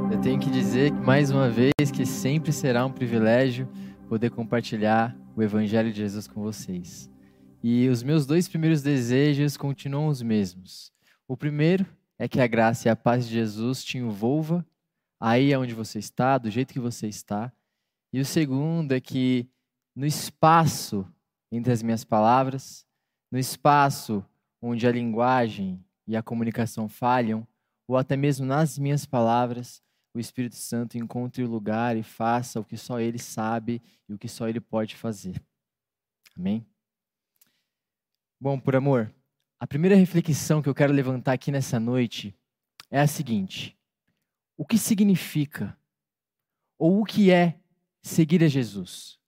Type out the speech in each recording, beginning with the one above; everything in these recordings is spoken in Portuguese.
Eu tenho que dizer mais uma vez que sempre será um privilégio poder compartilhar o Evangelho de Jesus com vocês. E os meus 2 primeiros desejos continuam os mesmos. O primeiro é que a graça e a paz de Jesus te envolva aí onde você está, do jeito que você está. E o segundo é que no espaço entre as minhas palavras, no espaço onde a linguagem e a comunicação falham, ou até mesmo nas minhas palavras, o Espírito Santo encontre o lugar e faça o que só Ele sabe e o que só Ele pode fazer. Amém? Bom, por amor, a primeira reflexão que eu quero levantar aqui nessa noite é a seguinte: o que significa ou o que é seguir a Jesus?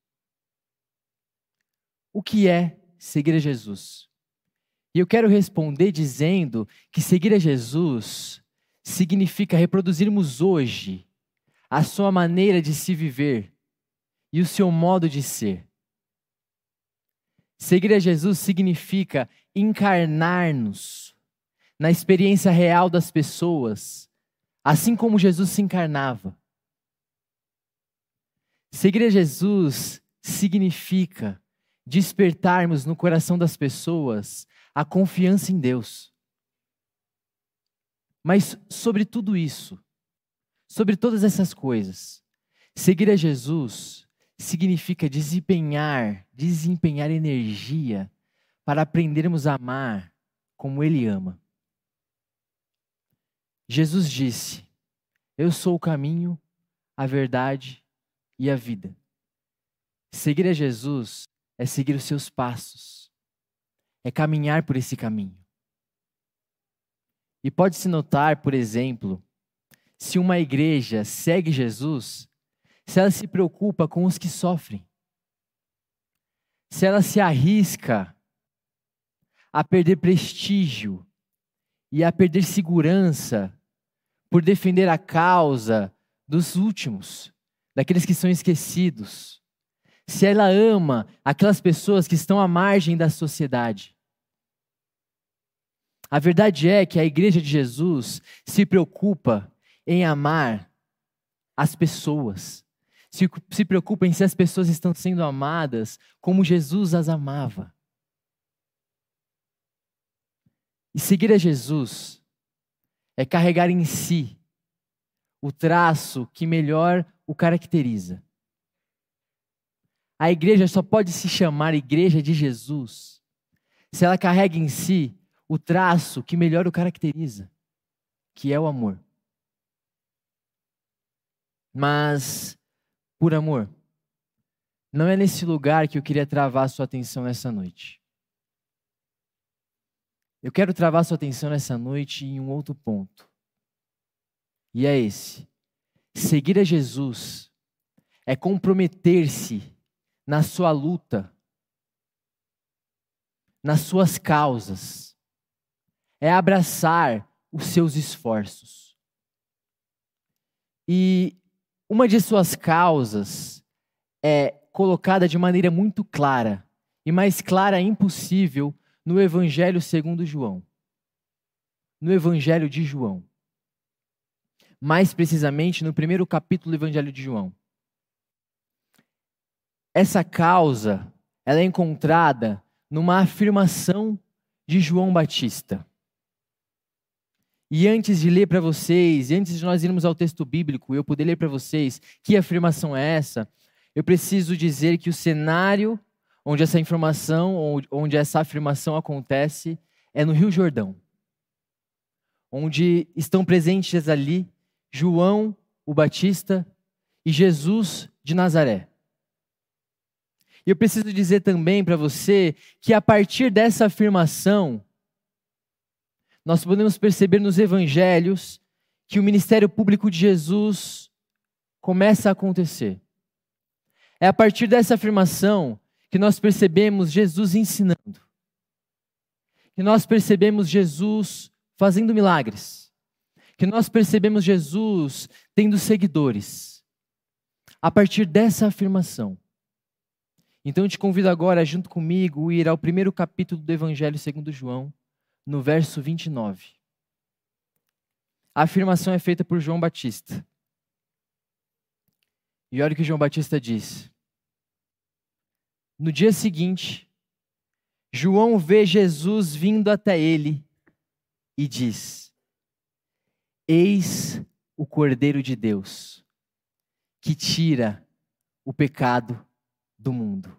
O que é seguir a Jesus? E eu quero responder dizendo que seguir a Jesus significa reproduzirmos hoje a sua maneira de se viver e o seu modo de ser. Seguir a Jesus significa encarnar-nos na experiência real das pessoas, assim como Jesus se encarnava. Seguir a Jesus significa despertarmos no coração das pessoas a confiança em Deus. Mas sobre tudo isso, sobre todas essas coisas, seguir a Jesus significa desempenhar energia para aprendermos a amar como Ele ama. Jesus disse: eu sou o caminho, a verdade e a vida. Seguir a Jesus é seguir os seus passos, é caminhar por esse caminho. E pode-se notar, por exemplo, se uma igreja segue Jesus, se ela se preocupa com os que sofrem, se ela se arrisca a perder prestígio e a perder segurança por defender a causa dos últimos, daqueles que são esquecidos, se ela ama aquelas pessoas que estão à margem da sociedade. A verdade é que a igreja de Jesus se preocupa em amar as pessoas, se preocupa em se as pessoas estão sendo amadas como Jesus as amava. E seguir a Jesus é carregar em si o traço que melhor o caracteriza. A igreja só pode se chamar Igreja de Jesus se ela carrega em si o traço que melhor o caracteriza, que é o amor. Mas, por amor, não é nesse lugar que eu queria travar a sua atenção nessa noite. Eu quero travar a sua atenção nessa noite em um outro ponto. E é esse: seguir a Jesus é comprometer-se na sua luta, nas suas causas, é abraçar os seus esforços. E uma de suas causas é colocada de maneira muito clara, e mais clara impossível, no Evangelho segundo João. No Evangelho de João. Mais precisamente no primeiro capítulo do Evangelho de João. Essa causa, ela é encontrada numa afirmação de João Batista. E antes de ler para vocês, antes de nós irmos ao texto bíblico, eu poder ler para vocês que afirmação é essa, eu preciso dizer que o cenário onde essa informação, onde essa afirmação acontece, é no Rio Jordão. Onde estão presentes ali João, o Batista, e Jesus de Nazaré. E eu preciso dizer também para você que a partir dessa afirmação, nós podemos perceber nos evangelhos que o ministério público de Jesus começa a acontecer. É a partir dessa afirmação que nós percebemos Jesus ensinando. Que nós percebemos Jesus fazendo milagres. Que nós percebemos Jesus tendo seguidores. A partir dessa afirmação. Então eu te convido agora, junto comigo, a ir ao primeiro capítulo do Evangelho segundo João, no verso 29. A afirmação é feita por João Batista. E olha o que João Batista diz. No dia seguinte, João vê Jesus vindo até ele e diz: Eis o Cordeiro de Deus, que tira o pecado do mundo.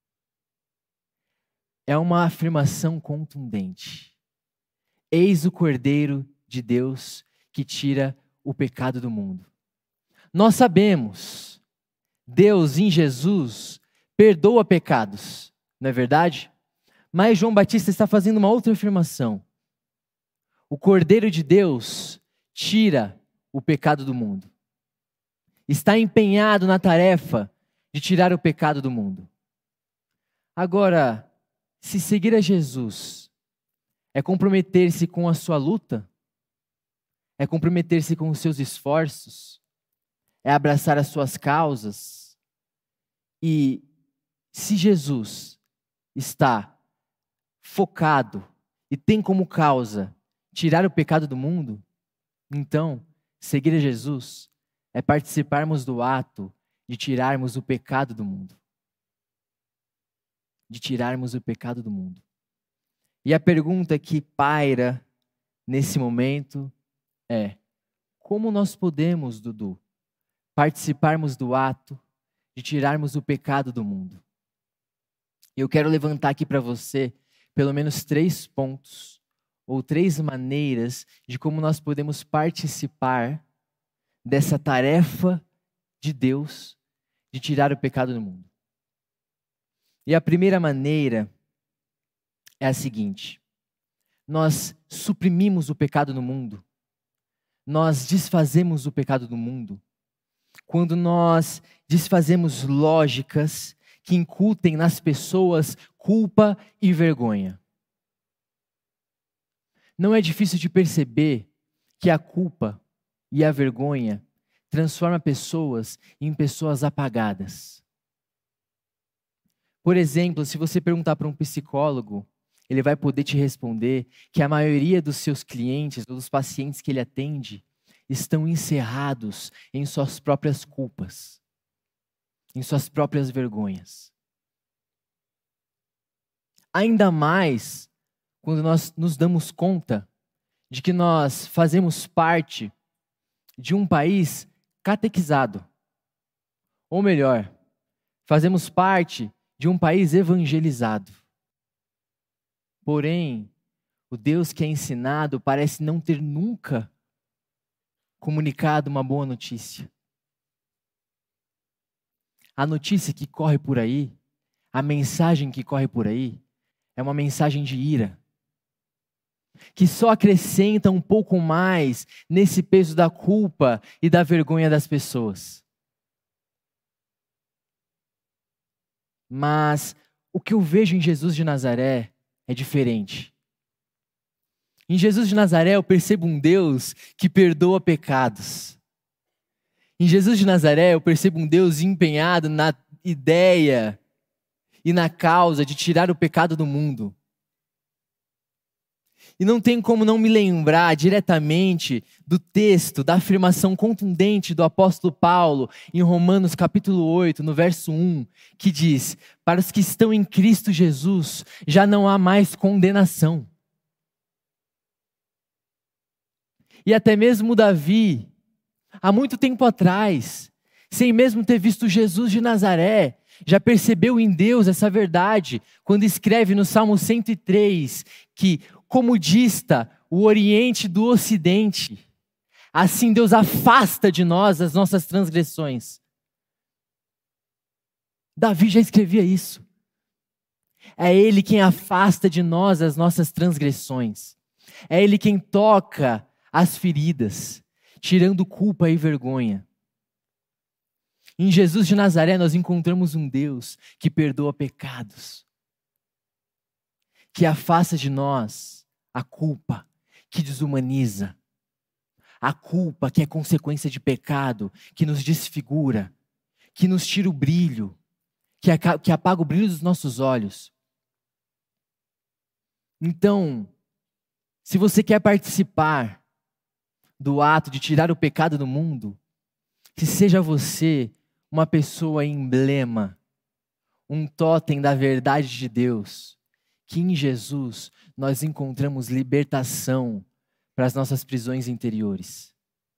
É uma afirmação contundente. Eis o Cordeiro de Deus que tira o pecado do mundo. Nós sabemos, Deus em Jesus perdoa pecados, não é verdade? Mas João Batista está fazendo uma outra afirmação. O Cordeiro de Deus tira o pecado do mundo. Está empenhado na tarefa de tirar o pecado do mundo. Agora, se seguir a Jesus é comprometer-se com a sua luta, é comprometer-se com os seus esforços, é abraçar as suas causas. E se Jesus está focado e tem como causa tirar o pecado do mundo, então, seguir a Jesus é participarmos do ato de tirarmos o pecado do mundo. De tirarmos o pecado do mundo. E a pergunta que paira nesse momento é: como nós podemos, Dudu, participarmos do ato de tirarmos o pecado do mundo? Eu quero levantar aqui para você pelo menos 3 pontos ou 3 maneiras de como nós podemos participar dessa tarefa de Deus de tirar o pecado do mundo. E a primeira maneira é a seguinte: nós suprimimos o pecado no mundo, nós desfazemos o pecado do mundo, quando nós desfazemos lógicas que incutem nas pessoas culpa e vergonha. Não é difícil de perceber que a culpa e a vergonha transforma pessoas em pessoas apagadas. Por exemplo, se você perguntar para um psicólogo, ele vai poder te responder que a maioria dos seus clientes, ou dos pacientes que ele atende, estão encerrados em suas próprias culpas, em suas próprias vergonhas. Ainda mais quando nós nos damos conta de que nós fazemos parte de um país catequizado. Ou melhor, fazemos parte de um país evangelizado. Porém, o Deus que é ensinado parece não ter nunca comunicado uma boa notícia. A notícia que corre por aí, a mensagem que corre por aí, é uma mensagem de ira, que só acrescenta um pouco mais nesse peso da culpa e da vergonha das pessoas. Mas o que eu vejo em Jesus de Nazaré é diferente. Em Jesus de Nazaré eu percebo um Deus que perdoa pecados. Em Jesus de Nazaré eu percebo um Deus empenhado na ideia e na causa de tirar o pecado do mundo. E não tem como não me lembrar diretamente do texto, da afirmação contundente do apóstolo Paulo em Romanos capítulo 8, no verso 1, que diz: para os que estão em Cristo Jesus, já não há mais condenação. E até mesmo Davi, há muito tempo atrás, sem mesmo ter visto Jesus de Nazaré, já percebeu em Deus essa verdade, quando escreve no Salmo 103, que como dista o Oriente do Ocidente, assim Deus afasta de nós as nossas transgressões. Davi já escrevia isso. É Ele quem afasta de nós as nossas transgressões. É Ele quem toca as feridas, tirando culpa e vergonha. Em Jesus de Nazaré nós encontramos um Deus que perdoa pecados, que afasta de nós a culpa, que desumaniza, a culpa que é consequência de pecado, que nos desfigura, que nos tira o brilho, que apaga o brilho dos nossos olhos. Então, se você quer participar do ato de tirar o pecado do mundo, que seja você uma pessoa emblema, um totem da verdade de Deus, que em Jesus nós encontramos libertação para as nossas prisões interiores.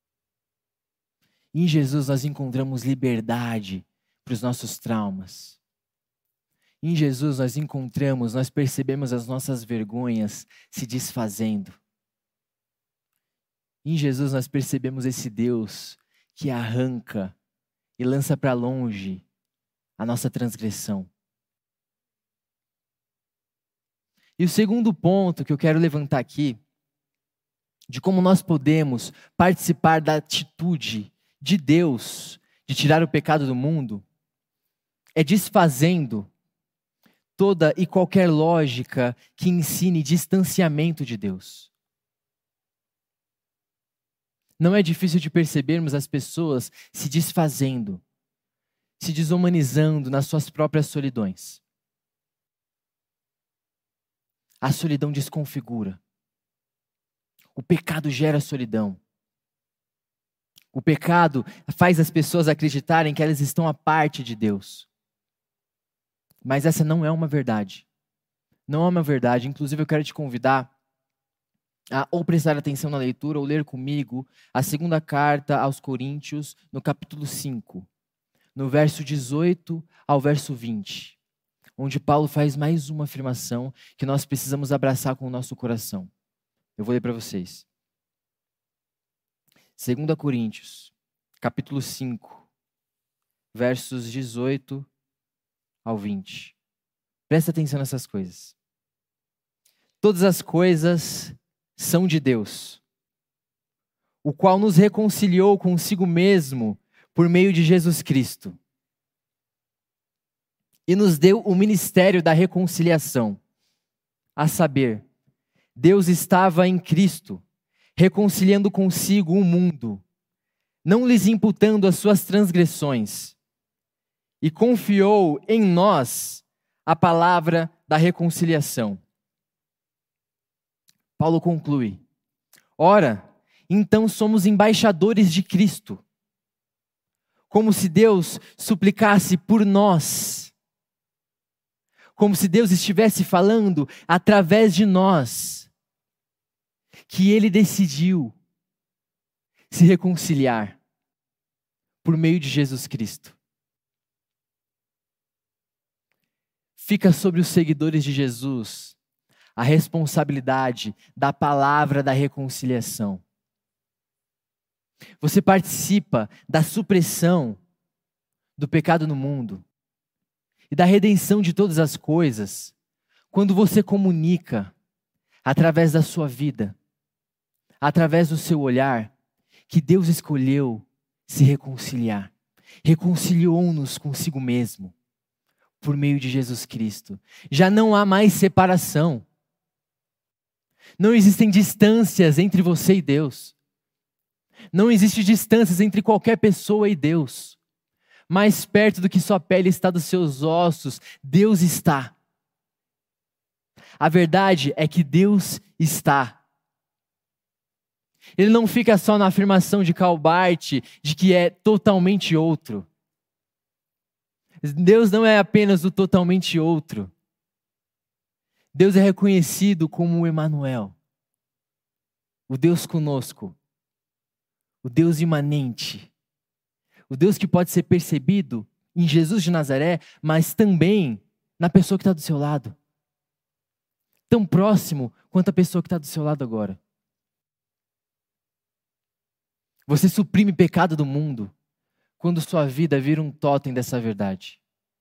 Em Jesus nós encontramos liberdade para os nossos traumas. Em Jesus nós percebemos as nossas vergonhas se desfazendo. Em Jesus nós percebemos esse Deus que arranca e lança para longe a nossa transgressão. E o segundo ponto que eu quero levantar aqui, de como nós podemos participar da atitude de Deus de tirar o pecado do mundo, é desfazendo toda e qualquer lógica que ensine distanciamento de Deus. Não é difícil de percebermos as pessoas se desfazendo, se desumanizando nas suas próprias solidões. A solidão desconfigura. O pecado gera solidão. O pecado faz as pessoas acreditarem que elas estão à parte de Deus. Mas essa não é uma verdade. Não é uma verdade. Inclusive eu quero te convidar a ou prestar atenção na leitura ou ler comigo a segunda carta aos Coríntios, no capítulo 5, no verso 18 ao verso 20, onde Paulo faz mais uma afirmação que nós precisamos abraçar com o nosso coração. Eu vou ler para vocês. 2 Coríntios, capítulo 5, versos 18 ao 20. Presta atenção nessas coisas. Todas as coisas são de Deus, o qual nos reconciliou consigo mesmo por meio de Jesus Cristo e nos deu o ministério da reconciliação, a saber, Deus estava em Cristo, reconciliando consigo o mundo, não lhes imputando as suas transgressões, e confiou em nós a palavra da reconciliação. Paulo conclui: ora, então somos embaixadores de Cristo, como se Deus suplicasse por nós, como se Deus estivesse falando através de nós, que Ele decidiu se reconciliar por meio de Jesus Cristo. Fica sobre os seguidores de Jesus a responsabilidade da palavra da reconciliação. Você participa da supressão do pecado no mundo e da redenção de todas as coisas quando você comunica através da sua vida, através do seu olhar, que Deus escolheu se reconciliar. Reconciliou-nos consigo mesmo por meio de Jesus Cristo. Já não há mais separação. Não existem distâncias entre você e Deus. Não existe distâncias entre qualquer pessoa e Deus. Mais perto do que sua pele está dos seus ossos, Deus está. A verdade é que Deus está. Ele não fica só na afirmação de Karl Barth de que é totalmente outro. Deus não é apenas o totalmente outro. Deus é reconhecido como o Emanuel, o Deus conosco, o Deus imanente, o Deus que pode ser percebido em Jesus de Nazaré, mas também na pessoa que está do seu lado. Tão próximo quanto a pessoa que está do seu lado agora. Você suprime pecado do mundo quando sua vida vira um totem dessa verdade.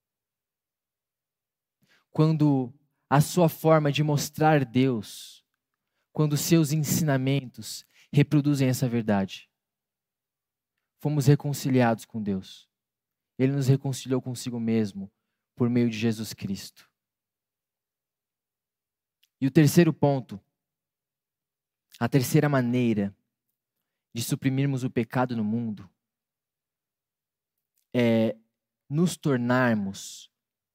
Quando a sua forma de mostrar Deus, quando seus ensinamentos reproduzem essa verdade. Fomos reconciliados com Deus. Ele nos reconciliou consigo mesmo por meio de Jesus Cristo. E o terceiro ponto, a terceira maneira de suprimirmos o pecado no mundo é nos tornarmos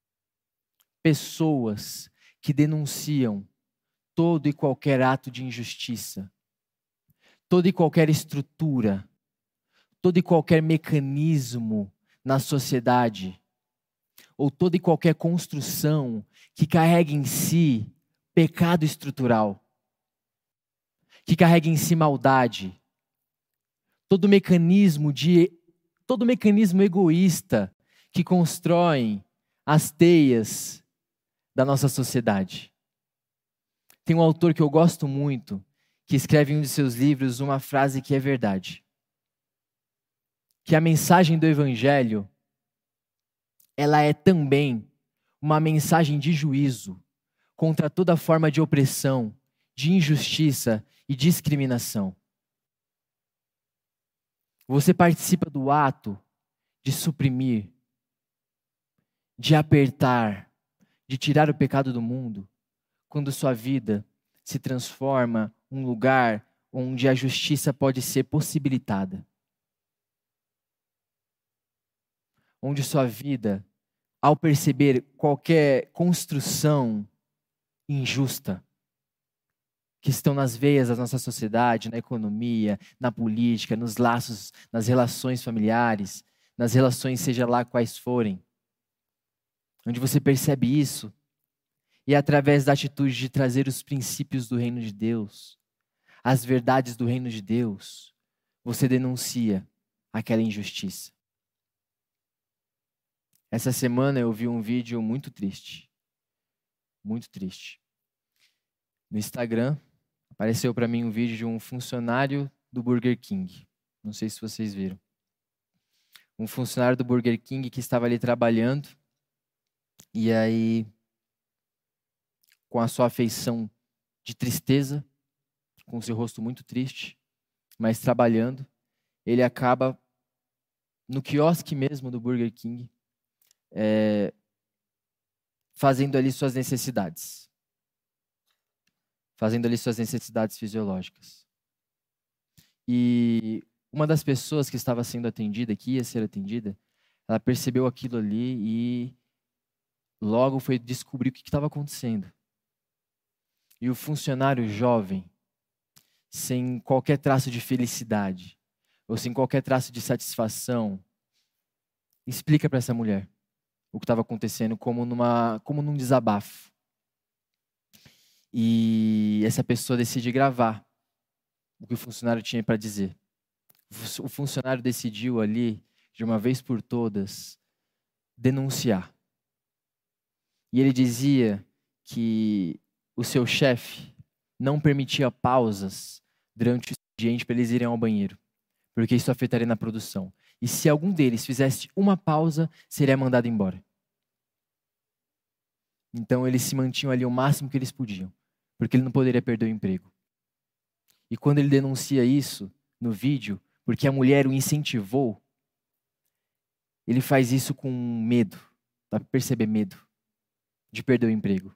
pessoas que denunciam todo e qualquer ato de injustiça, toda e qualquer estrutura, todo e qualquer mecanismo na sociedade, ou toda e qualquer construção que carregue em si pecado estrutural, que carregue em si maldade, todo mecanismo egoísta que constrói as teias da nossa sociedade. Tem um autor que eu gosto muito, que escreve em um de seus livros uma frase que é verdade. Que a mensagem do Evangelho, ela é também uma mensagem de juízo contra toda forma de opressão, de injustiça e discriminação. Você participa do ato de suprimir, de apertar, de tirar o pecado do mundo, quando sua vida se transforma um lugar onde a justiça pode ser possibilitada. Onde sua vida, ao perceber qualquer construção injusta que estão nas veias da nossa sociedade, na economia, na política, nos laços, nas relações familiares, nas relações seja lá quais forem, onde você percebe isso, e através da atitude de trazer os princípios do reino de Deus, as verdades do reino de Deus, você denuncia aquela injustiça. Essa semana eu vi um vídeo muito triste. Muito triste. No Instagram, apareceu para mim um vídeo de um funcionário do Burger King. Não sei se vocês viram. Um funcionário do Burger King que estava ali trabalhando. E aí, com a sua afeição de tristeza, com o seu rosto muito triste, mas trabalhando, ele acaba no quiosque mesmo do Burger King, fazendo ali suas necessidades. Fazendo ali suas necessidades fisiológicas. E uma das pessoas que estava sendo atendida, que ia ser atendida, ela percebeu aquilo ali e logo foi descobrir o que estava acontecendo. E o funcionário jovem, sem qualquer traço de felicidade, ou sem qualquer traço de satisfação, explica para essa mulher o que estava acontecendo como num desabafo. E essa pessoa decide gravar o que o funcionário tinha para dizer. O funcionário decidiu ali, de uma vez por todas, denunciar. E ele dizia que o seu chefe não permitia pausas durante o expediente para eles irem ao banheiro, porque isso afetaria na produção. E se algum deles fizesse uma pausa, seria mandado embora. Então eles se mantinham ali o máximo que eles podiam, porque ele não poderia perder o emprego. E quando ele denuncia isso no vídeo, porque a mulher o incentivou, ele faz isso com medo, dá para perceber medo de perder o emprego.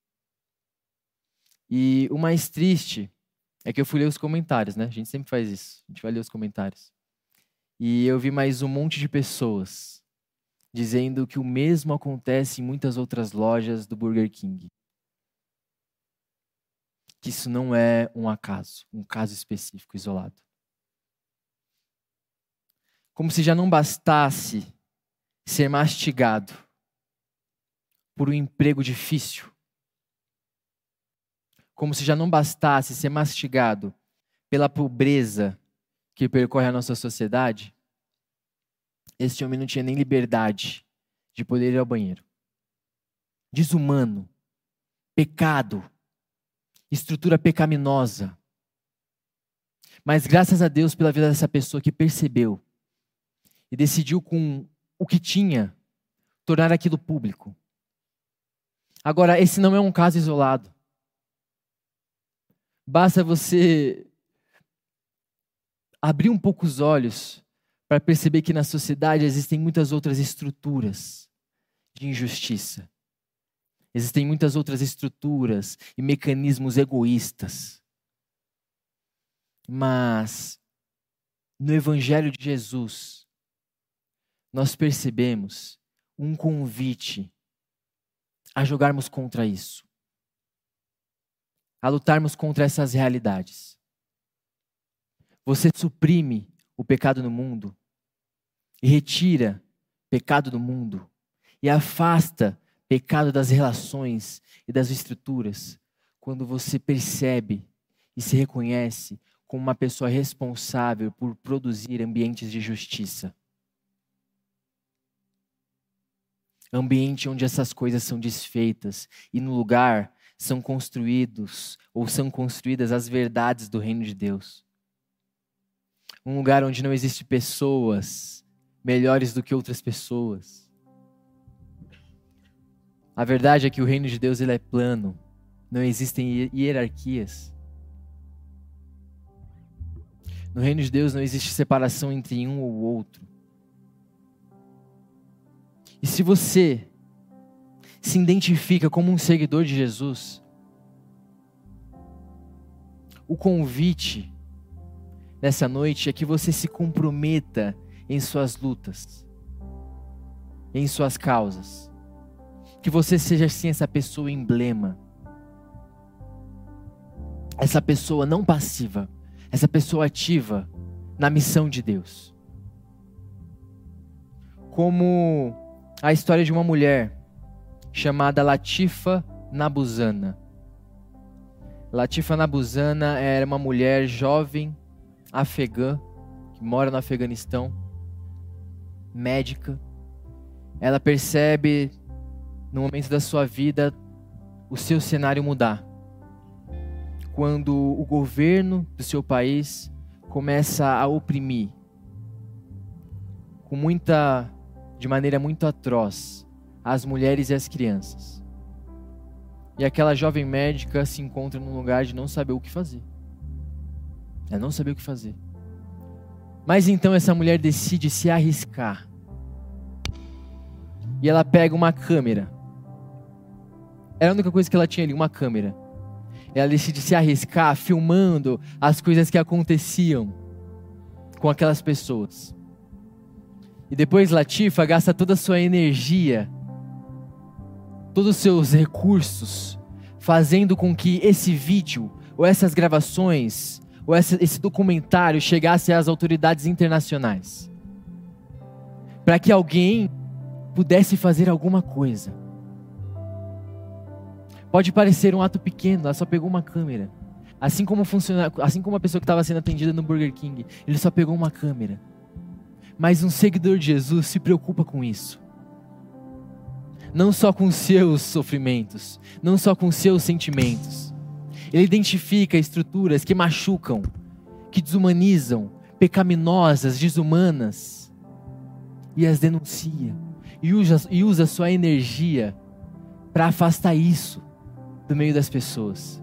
E o mais triste é que eu fui ler os comentários, né? A gente sempre faz isso, a gente vai ler os comentários. E eu vi mais um monte de pessoas dizendo que o mesmo acontece em muitas outras lojas do Burger King. Que isso não é um acaso, um caso específico, isolado. Como se já não bastasse ser mastigado por um emprego difícil. Como se já não bastasse ser mastigado pela pobreza que percorre a nossa sociedade, este homem não tinha nem liberdade de poder ir ao banheiro. Desumano, pecado, estrutura pecaminosa. Mas graças a Deus pela vida dessa pessoa que percebeu e decidiu com o que tinha tornar aquilo público. Agora, esse não é um caso isolado. Basta você abrir um pouco os olhos para perceber que na sociedade existem muitas outras estruturas de injustiça. Existem muitas outras estruturas e mecanismos egoístas. Mas no Evangelho de Jesus, nós percebemos um convite a jogarmos contra isso. A lutarmos contra essas realidades. Você suprime o pecado no mundo e retira pecado do mundo e afasta pecado das relações e das estruturas quando você percebe e se reconhece como uma pessoa responsável por produzir ambientes de justiça. Ambiente onde essas coisas são desfeitas e no lugar são construídos ou são construídas as verdades do reino de Deus. Um lugar onde não existem pessoas melhores do que outras pessoas. A verdade é que o reino de Deus ele é plano. Não existem hierarquias. No reino de Deus não existe separação entre um ou outro. E se você se identifica como um seguidor de Jesus, o convite nessa noite é que você se comprometa em suas lutas, em suas causas. Que você seja assim essa pessoa emblema. Essa pessoa não passiva, essa pessoa ativa na missão de Deus. Como a história de uma mulher chamada Latifa Nabuzana. Latifa Nabuzana era uma mulher jovem, afegã, que mora no Afeganistão, médica. Ela percebe no momento da sua vida o seu cenário mudar. Quando o governo do seu país começa a oprimir de maneira muito atroz as mulheres e as crianças. E aquela jovem médica se encontra num lugar de não saber o que fazer. Ela não sabia o que fazer. Mas então essa mulher decide se arriscar. E ela pega uma câmera. Era a única coisa que ela tinha ali, uma câmera. Ela decide se arriscar filmando as coisas que aconteciam com aquelas pessoas. E depois Latifa gasta toda a sua energia, todos os seus recursos, fazendo com que esse vídeo, ou essas gravações, ou esse documentário chegasse às autoridades internacionais. Para que alguém pudesse fazer alguma coisa. Pode parecer um ato pequeno, ela só pegou uma câmera. Assim como a pessoa que estava sendo atendida no Burger King, ele só pegou uma câmera. Mas um seguidor de Jesus se preocupa com isso. Não só com os seus sofrimentos, não só com os seus sentimentos. Ele identifica estruturas que machucam, que desumanizam, pecaminosas, desumanas, e as denuncia. E usa sua energia para afastar isso do meio das pessoas.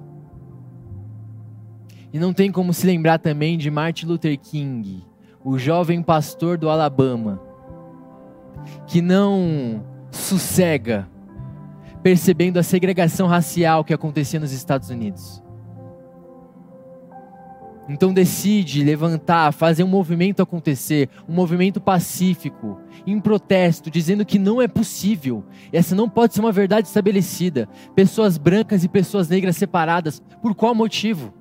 E não tem como se lembrar também de Martin Luther King, o jovem pastor do Alabama, que não sossega, percebendo a segregação racial que acontecia nos Estados Unidos. Então decide levantar, fazer um movimento acontecer, um movimento pacífico, em protesto, dizendo que não é possível, essa não pode ser uma verdade estabelecida, pessoas brancas e pessoas negras separadas, por qual motivo?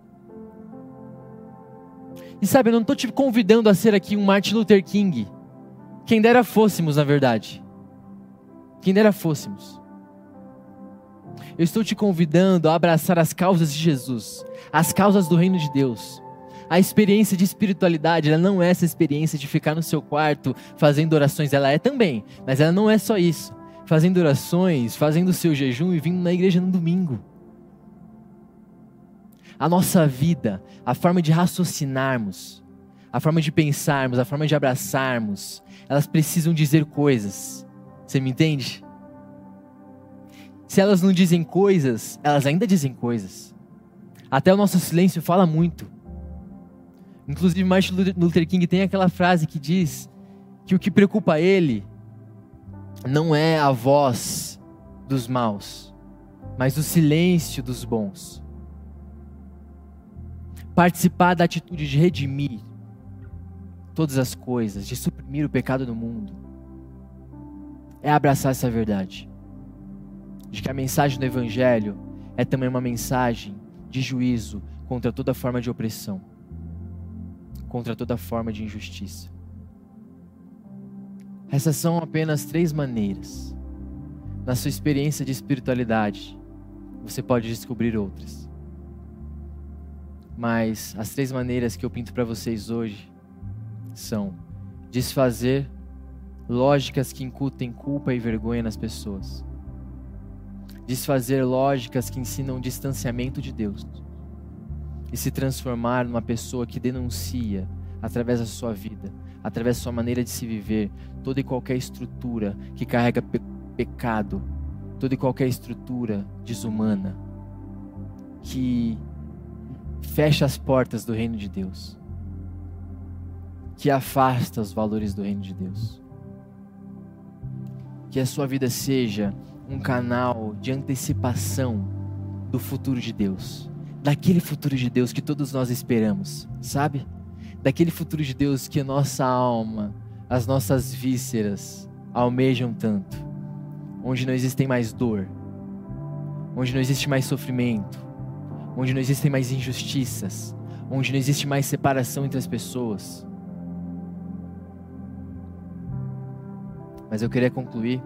E sabe, eu não estou te convidando a ser aqui um Martin Luther King, quem dera fôssemos na verdade, quem dera fôssemos. Eu estou te convidando a abraçar as causas de Jesus, as causas do reino de Deus. A experiência de espiritualidade, ela não é essa experiência de ficar no seu quarto fazendo orações, ela é também, mas ela não é só isso. Fazendo orações, fazendo o seu jejum e vindo na igreja no domingo. A nossa vida, a forma de raciocinarmos, a forma de pensarmos, a forma de abraçarmos, elas precisam dizer coisas. Você me entende? Se elas não dizem coisas, elas ainda dizem coisas. Até o nosso silêncio fala muito. Inclusive Martin Luther King tem aquela frase que diz que o que preocupa ele não é a voz dos maus, mas o silêncio dos bons. Participar da atitude de redimir todas as coisas, de suprimir o pecado do mundo, é abraçar essa verdade. De que a mensagem do Evangelho é também uma mensagem de juízo contra toda forma de opressão, contra toda forma de injustiça. Essas são apenas 3 maneiras. Na sua experiência de espiritualidade, você pode descobrir outras. Mas as 3 maneiras que eu pinto para vocês hoje são desfazer lógicas que incutem culpa e vergonha nas pessoas. Desfazer lógicas que ensinam distanciamento de Deus. E se transformar numa pessoa que denuncia, através da sua vida, através da sua maneira de se viver, toda e qualquer estrutura que carrega pecado, toda e qualquer estrutura desumana, que fecha as portas do reino de Deus, que afasta os valores do reino de Deus. Que a sua vida seja um canal de antecipação do futuro de Deus, daquele futuro de Deus que todos nós esperamos, sabe? Daquele futuro de Deus que a nossa alma, as nossas vísceras almejam tanto, onde não existe mais dor, onde não existe mais sofrimento, onde não existem mais injustiças, onde não existe mais separação entre as pessoas. Mas eu queria concluir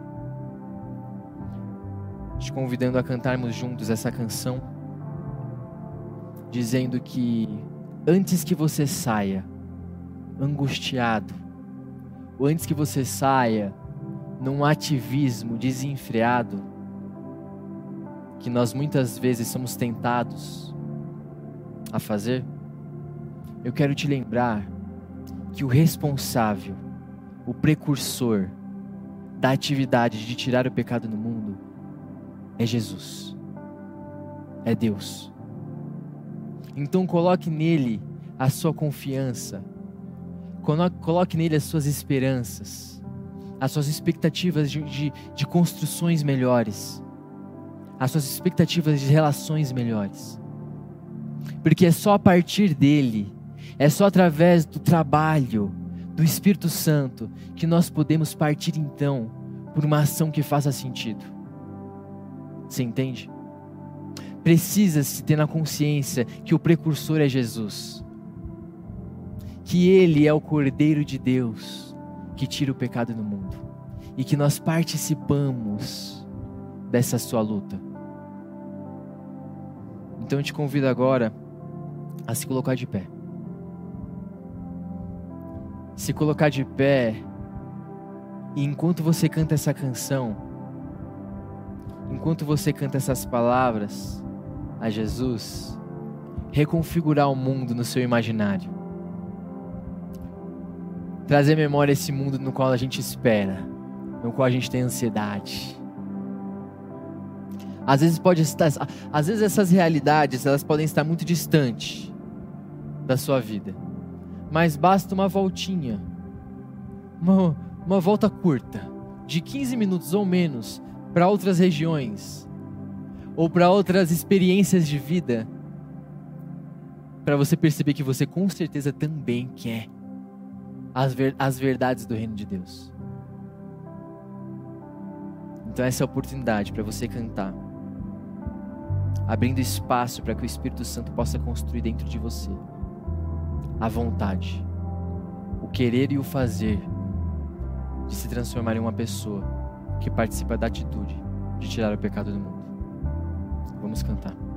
te convidando a cantarmos juntos essa canção, dizendo que antes que você saia angustiado, ou antes que você saia num ativismo desenfreado, que nós muitas vezes somos tentados a fazer, eu quero te lembrar que o responsável, o precursor da atividade de tirar o pecado no mundo é Jesus, é Deus. Então coloque nele a sua confiança, coloque nele as suas esperanças, as suas expectativas de construções melhores, as suas expectativas de relações melhores, porque é só a partir dele, é só através do trabalho do Espírito Santo que nós podemos partir então por uma ação que faça sentido. Você entende? Precisa-se ter na consciência que o precursor é Jesus, que Ele é o Cordeiro de Deus que tira o pecado do mundo, e que nós participamos dessa sua luta. Então eu te convido agora a se colocar de pé. Se colocar de pé, e enquanto você canta essa canção, enquanto você canta essas palavras a Jesus, reconfigurar o mundo no seu imaginário. Trazer à memória esse mundo no qual a gente espera, no qual a gente tem ansiedade. Às vezes essas realidades, elas podem estar muito distantes da sua vida. Mas basta uma voltinha, uma volta curta, de 15 minutos ou menos, para outras regiões, ou para outras experiências de vida, para você perceber que você com certeza também quer as verdades do reino de Deus. Então essa é a oportunidade para você cantar, abrindo espaço para que o Espírito Santo possa construir dentro de você a vontade, o querer e o fazer de se transformar em uma pessoa que participa da atitude de tirar o pecado do mundo. Vamos cantar.